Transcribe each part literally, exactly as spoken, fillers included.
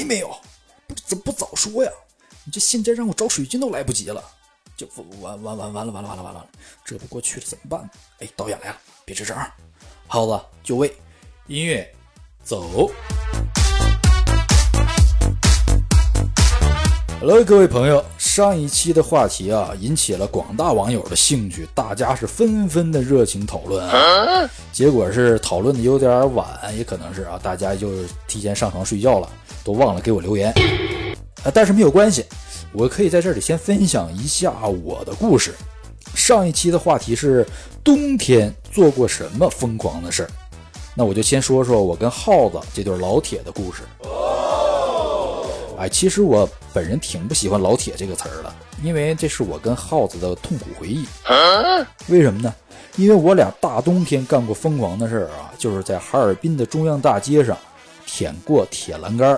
还没有，不怎么不早说呀？你这现在让我找水军都来不及了，就完完完完了完了完了完了，这不过去了怎么办？哎，导演来了，别吱声，耗子就位，音乐走。Hello， 各位朋友，上一期的话题啊，引起了广大网友的兴趣，大家是纷纷的热情讨论啊。结果是讨论的有点晚，也可能是啊，大家就提前上床睡觉了，都忘了给我留言啊。但是没有关系，我可以在这里先分享一下我的故事。上一期的话题是冬天做过什么疯狂的事儿，那我就先说说我跟耗子这对老铁的故事。哎，其实我本人挺不喜欢老铁这个词儿的，因为这是我跟耗子的痛苦回忆。为什么呢？因为我俩大冬天干过疯狂的事儿啊，就是在哈尔滨的中央大街上舔过铁栏杆。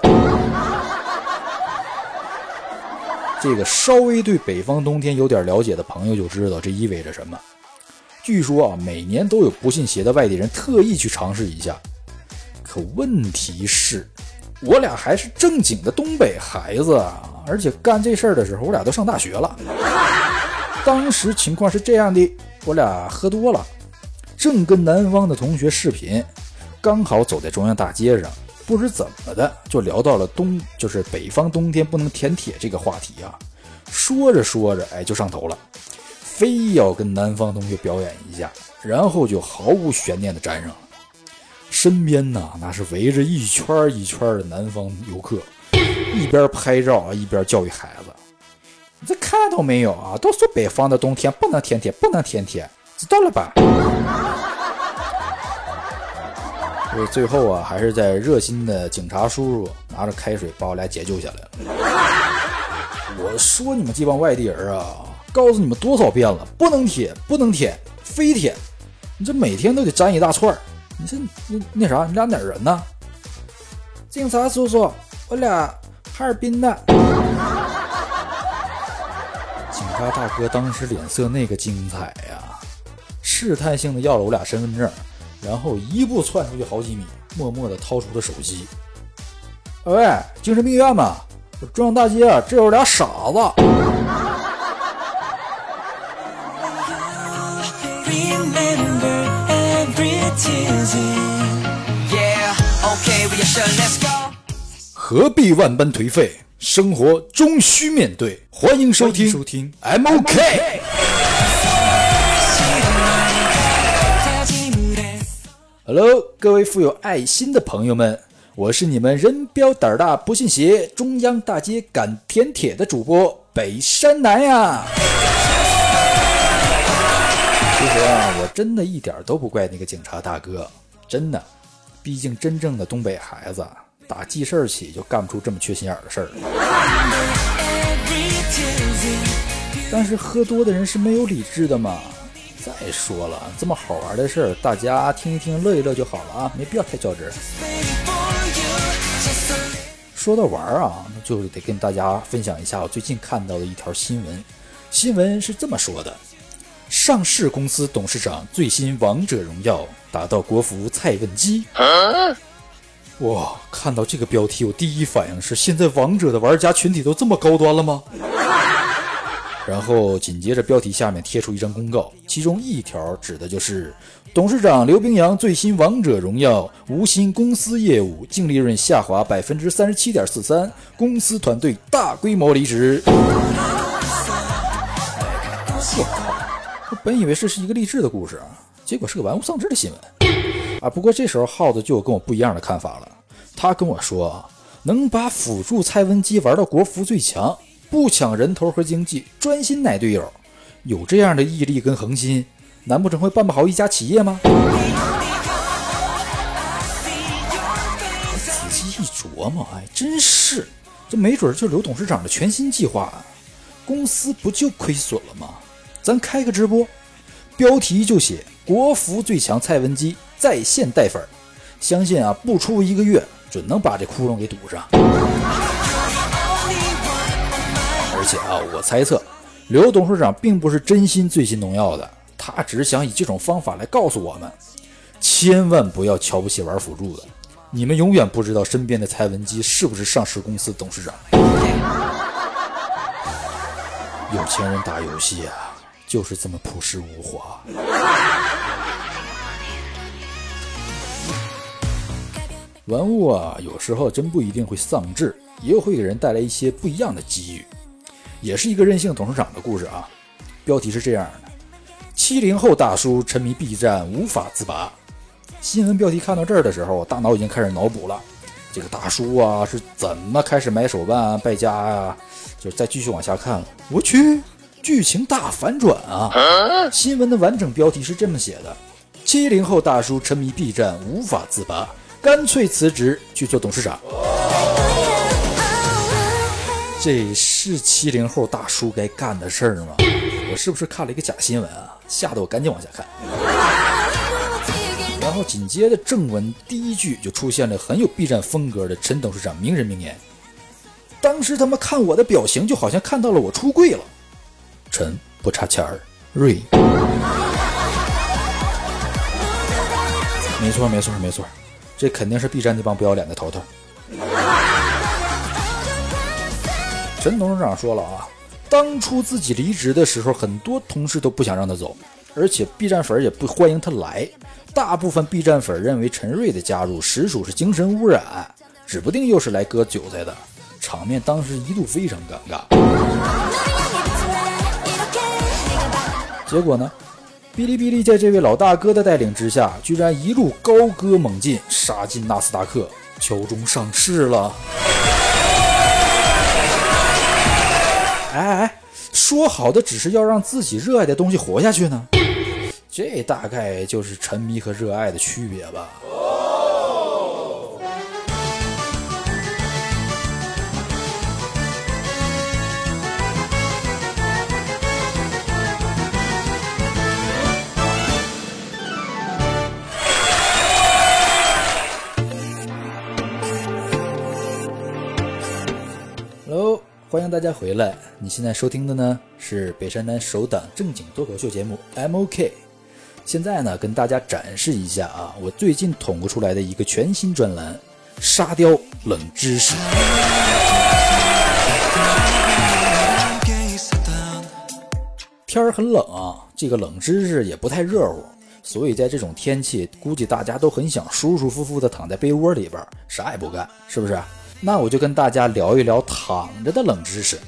这个稍微对北方冬天有点了解的朋友就知道这意味着什么。据说啊，每年都有不信邪的外地人特意去尝试一下。可问题是，我俩还是正经的东北孩子啊，而且干这事儿的时候我俩都上大学了。当时情况是这样的，我俩喝多了，正跟南方的同学视频，刚好走在中央大街上，不知怎么的就聊到了冬就是北方冬天不能舔铁这个话题啊。说着说着，哎，就上头了，非要跟南方同学表演一下，然后就毫无悬念的粘上了。身边呢，那是围着一圈一圈的南方游客，一边拍照啊，一边教育孩子：“你这看到没有啊？都说北方的冬天不能舔铁，不能舔铁，知道了吧？”所以最后啊，还是在热心的警察叔叔拿着开水把我俩解救下来了。我说你们这帮外地人啊，告诉你们多少遍了，不能舔，不能舔，非舔！你这每天都得沾一大串。你这那那啥，你俩哪儿人呢？警察叔叔，我俩哈尔滨的。警察大哥当时脸色那个精彩呀，试探性的要了我俩身份证，然后一步窜出去好几米，默默的掏出了手机。喂，精神病院吗？中央大街啊，这有俩傻子。何必万般颓废，生活终须面对。欢迎收听收听 M O K。 Hello， 各位富有爱心的朋友们，我是你们人彪胆大不信邪，中央大街敢舔铁的主播北山南呀。其实啊，我真的一点都不怪那个警察大哥，真的，毕竟真正的东北孩子打记事起就干不出这么缺心眼的事儿。但是喝多的人是没有理智的嘛。再说了，这么好玩的事儿，大家听一听乐一乐就好了啊，没必要太较真。说到玩啊，那就得跟大家分享一下我最近看到的一条新闻。新闻是这么说的：上市公司董事长最新王者荣耀打到国服蔡文姬。哇，看到这个标题，我第一反应是现在王者的玩家群体都这么高端了吗？然后紧接着标题下面贴出一张公告，其中一条指的就是董事长刘冰洋最新王者荣耀无心公司业务，净利润下滑 百分之三十七点四三， 公司团队大规模离职。我靠，我本以为这是一个励志的故事啊，结果是个玩物丧志的新闻啊。不过这时候耗子就有跟我不一样的看法了，他跟我说，能把辅助蔡文姬玩到国服最强，不抢人头和经济，专心奶队友，有这样的毅力跟恒心，难不成会办不好一家企业吗？仔细一琢磨，哎，真是，这没准就是刘董事长的全新计划啊。公司不就亏损了吗？咱开个直播，标题就写国服最强蔡文姬在线带粉，相信啊，不出一个月准能把这窟窿给堵上。而且啊，我猜测刘董事长并不是真心醉心农药的，他只是想以这种方法来告诉我们，千万不要瞧不起玩辅助的， 你们永远不知道身边的蔡文姬是不是上市公司董事长。有钱人打游戏啊，就是这么朴实无华。玩物啊，有时候真不一定会丧志，也有会给人带来一些不一样的机遇。也是一个任性董事长的故事啊。标题是这样的：七零后大叔沉迷 B 站无法自拔。新闻标题看到这儿的时候，大脑已经开始脑补了，这个大叔啊是怎么开始买手办败家啊，就再继续往下看了。我去，剧情大反转啊！新闻的完整标题是这么写的：七零后大叔沉迷 B 站无法自拔，干脆辞职去做董事长。这是七零后大叔该干的事儿吗？我是不是看了一个假新闻啊？吓得我赶紧往下看。然后紧接着正文第一句就出现了很有 B 站风格的陈董事长名人名言：当时他们看我的表情就好像看到了我出柜了。陈不差钱儿，瑞。没错没错没错，这肯定是 B 站那帮不要脸的头头。陈董事长说了啊，当初自己离职的时候，很多同事都不想让他走，而且 B 站粉也不欢迎他来。大部分 B 站粉认为陈瑞的加入实属是精神污染，指不定又是来割韭菜的，场面当时一度非常尴尬。结果呢，哔哩哔哩在这位老大哥的带领之下，居然一路高歌猛进，杀进纳斯达克，敲钟上市了。哎哎，说好的只是要让自己热爱的东西活下去呢？这大概就是沉迷和热爱的区别吧。Hello， 欢迎大家回来。你现在收听的呢是北山南首档正经脱口秀节目 M O K。现在呢，跟大家展示一下啊，我最近统过出来的一个全新专栏——沙雕冷知识。天儿很冷啊，这个冷知识也不太热乎，所以在这种天气，估计大家都很想舒舒服服的躺在被窝里边，啥也不干，是不是？那我就跟大家聊一聊躺着的冷知识。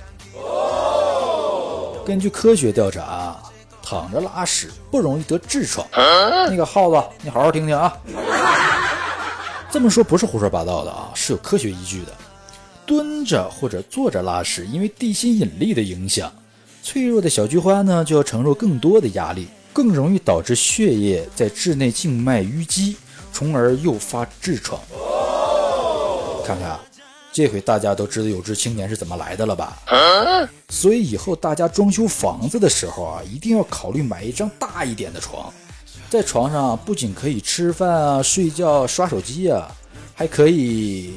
根据科学调查，躺着拉屎不容易得痔疮。那个耗子，你好好听听啊。这么说不是胡说八道的啊，是有科学依据的。蹲着或者坐着拉屎，因为地心引力的影响，脆弱的小菊花呢就要承受更多的压力，更容易导致血液在痔内静脉淤积，从而诱发痔疮。看看啊，这回大家都知道有志青年是怎么来的了吧？所以以后大家装修房子的时候啊，一定要考虑买一张大一点的床。在床上不仅可以吃饭啊、睡觉、刷手机啊，还可以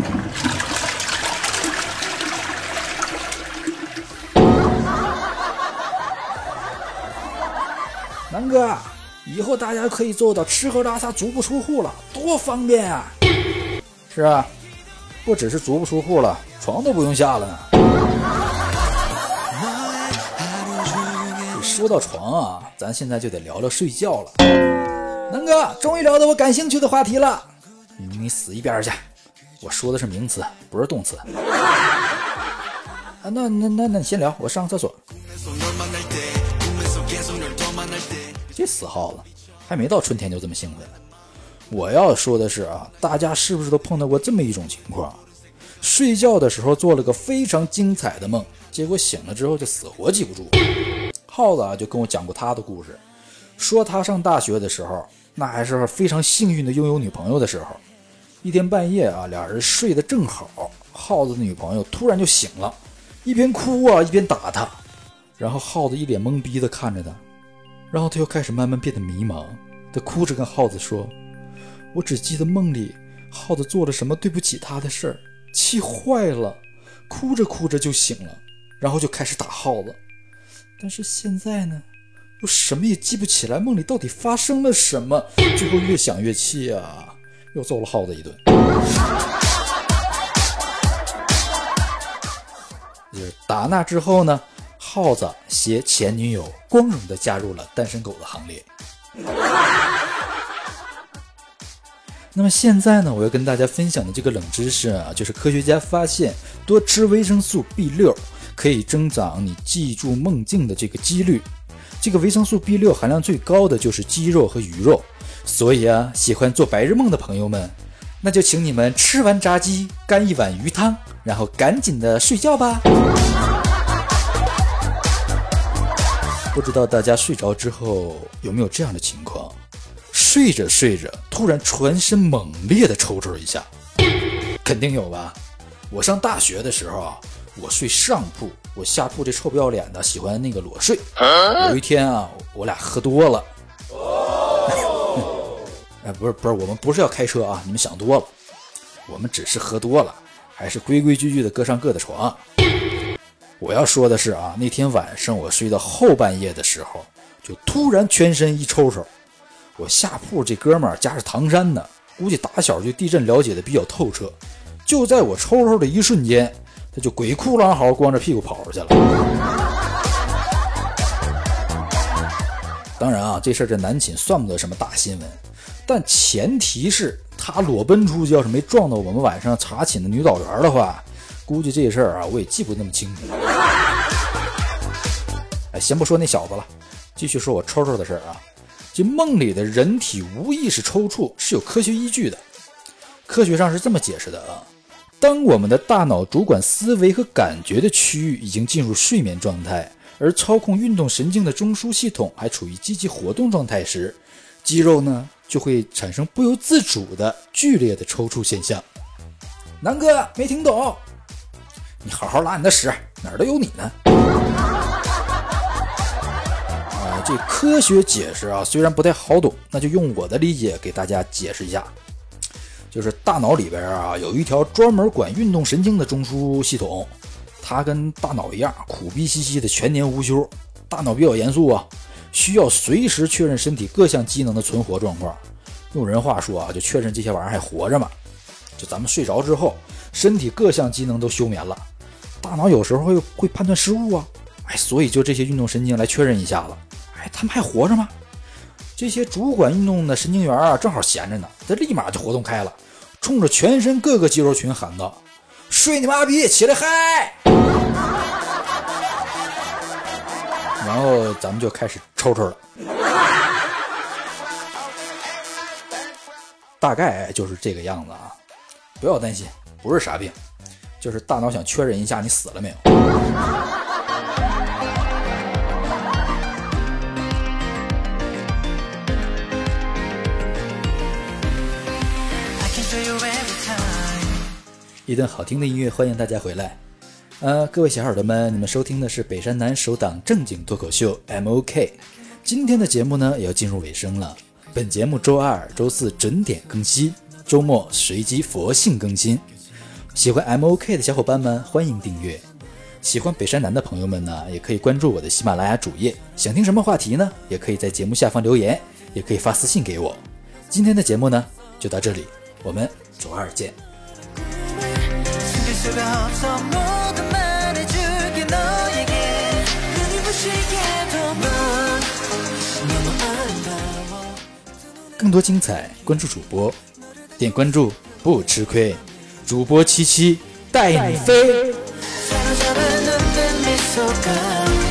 南哥，以后大家可以做到吃喝拉撒足不出户了，多方便啊！是啊，不只是足不出户了，床都不用下了呢。说到床啊，咱现在就得聊聊睡觉了。南哥，终于聊到我感兴趣的话题了。你死一边去！我说的是名词，不是动词。啊，那那那那你先聊，我上个厕所。这死耗子，还没到春天就这么兴奋。我要说的是啊，大家是不是都碰到过这么一种情况？睡觉的时候做了个非常精彩的梦，结果醒了之后就死活记不住。耗子啊就跟我讲过他的故事，说他上大学的时候，那还是非常幸运的拥有女朋友的时候。一天半夜啊，俩人睡得正好，耗子的女朋友突然就醒了，一边哭啊一边打他，然后耗子一脸懵逼的看着他，然后他又开始慢慢变得迷茫，他哭着跟耗子说：我只记得梦里耗子做了什么对不起他的事儿，气坏了，哭着哭着就醒了，然后就开始打耗子。但是现在呢，又什么也记不起来，梦里到底发生了什么，最后越想越气啊， 又揍了耗子一顿。就是打那之后呢，耗子携前女友光荣地加入了单身狗的行列。那么现在呢，我要跟大家分享的这个冷知识啊，就是科学家发现多吃维生素 B 六 可以增长你记住梦境的这个几率。这个维生素 B 六 含量最高的就是鸡肉和鱼肉，所以啊，喜欢做白日梦的朋友们，那就请你们吃完炸鸡干一碗鱼汤，然后赶紧的睡觉吧。不知道大家睡着之后有没有这样的情况，睡着睡着突然全身猛烈的抽抽一下，肯定有吧。我上大学的时候啊，我睡上铺，我下铺这臭不要脸的喜欢那个裸睡。有一天啊，我俩喝多了，哎，不是不是，我们不是要开车啊，你们想多了，我们只是喝多了，还是规规矩矩的各上各的床。我要说的是啊，那天晚上我睡到后半夜的时候，就突然全身一抽抽。我下铺这哥们儿家是唐山的，估计打小对地震了解的比较透彻。就在我抽抽的一瞬间，他就鬼哭狼嚎，光着屁股跑出去了。当然啊，这事儿这男寝算不得什么大新闻，但前提是他裸奔出去，要是没撞到我们晚上查寝的女导员的话，估计这事儿啊我也记不那么清楚。哎，先不说那小子了，继续说我抽抽的事儿啊。这梦里的人体无意识抽搐是有科学依据的，科学上是这么解释的啊。当我们的大脑主管思维和感觉的区域已经进入睡眠状态，而操控运动神经的中枢系统还处于积极活动状态时，肌肉呢就会产生不由自主的剧烈的抽搐现象。南哥没听懂，你好好拉你的屎，哪儿都有你呢。啊，这科学解释啊虽然不太好懂，那就用我的理解给大家解释一下。就是大脑里边啊有一条专门管运动神经的中枢系统，它跟大脑一样苦逼兮兮的全年无休，大脑比较严肃啊，需要随时确认身体各项机能的存活状况。用人话说啊，就确认这些玩意儿还活着嘛。就咱们睡着之后，身体各项机能都休眠了，大脑有时候会会判断失误啊，哎，所以就这些运动神经来确认一下子，哎，他们还活着吗？这些主管运动的神经元啊，正好闲着呢，他立马就活动开了，冲着全身各个肌肉群喊道：“睡你妈逼，起来嗨！”然后咱们就开始抽抽了。大概就是这个样子啊，不要担心，不是啥病，就是大脑想确认一下你死了没有。一段好听的音乐，欢迎大家回来。呃，各位小耳朵们，你们收听的是北山南首档正经脱口秀 M O K。今天的节目呢也要进入尾声了。本节目周二、周四准点更新，周末随机佛性更新。喜欢 M O K 的小伙伴们，欢迎订阅。喜欢北山南的朋友们呢，也可以关注我的喜马拉雅主页。想听什么话题呢？也可以在节目下方留言，也可以发私信给我。今天的节目呢就到这里，我们周二见。更多精彩关注主播，点关注不吃亏，主播七七带你飞。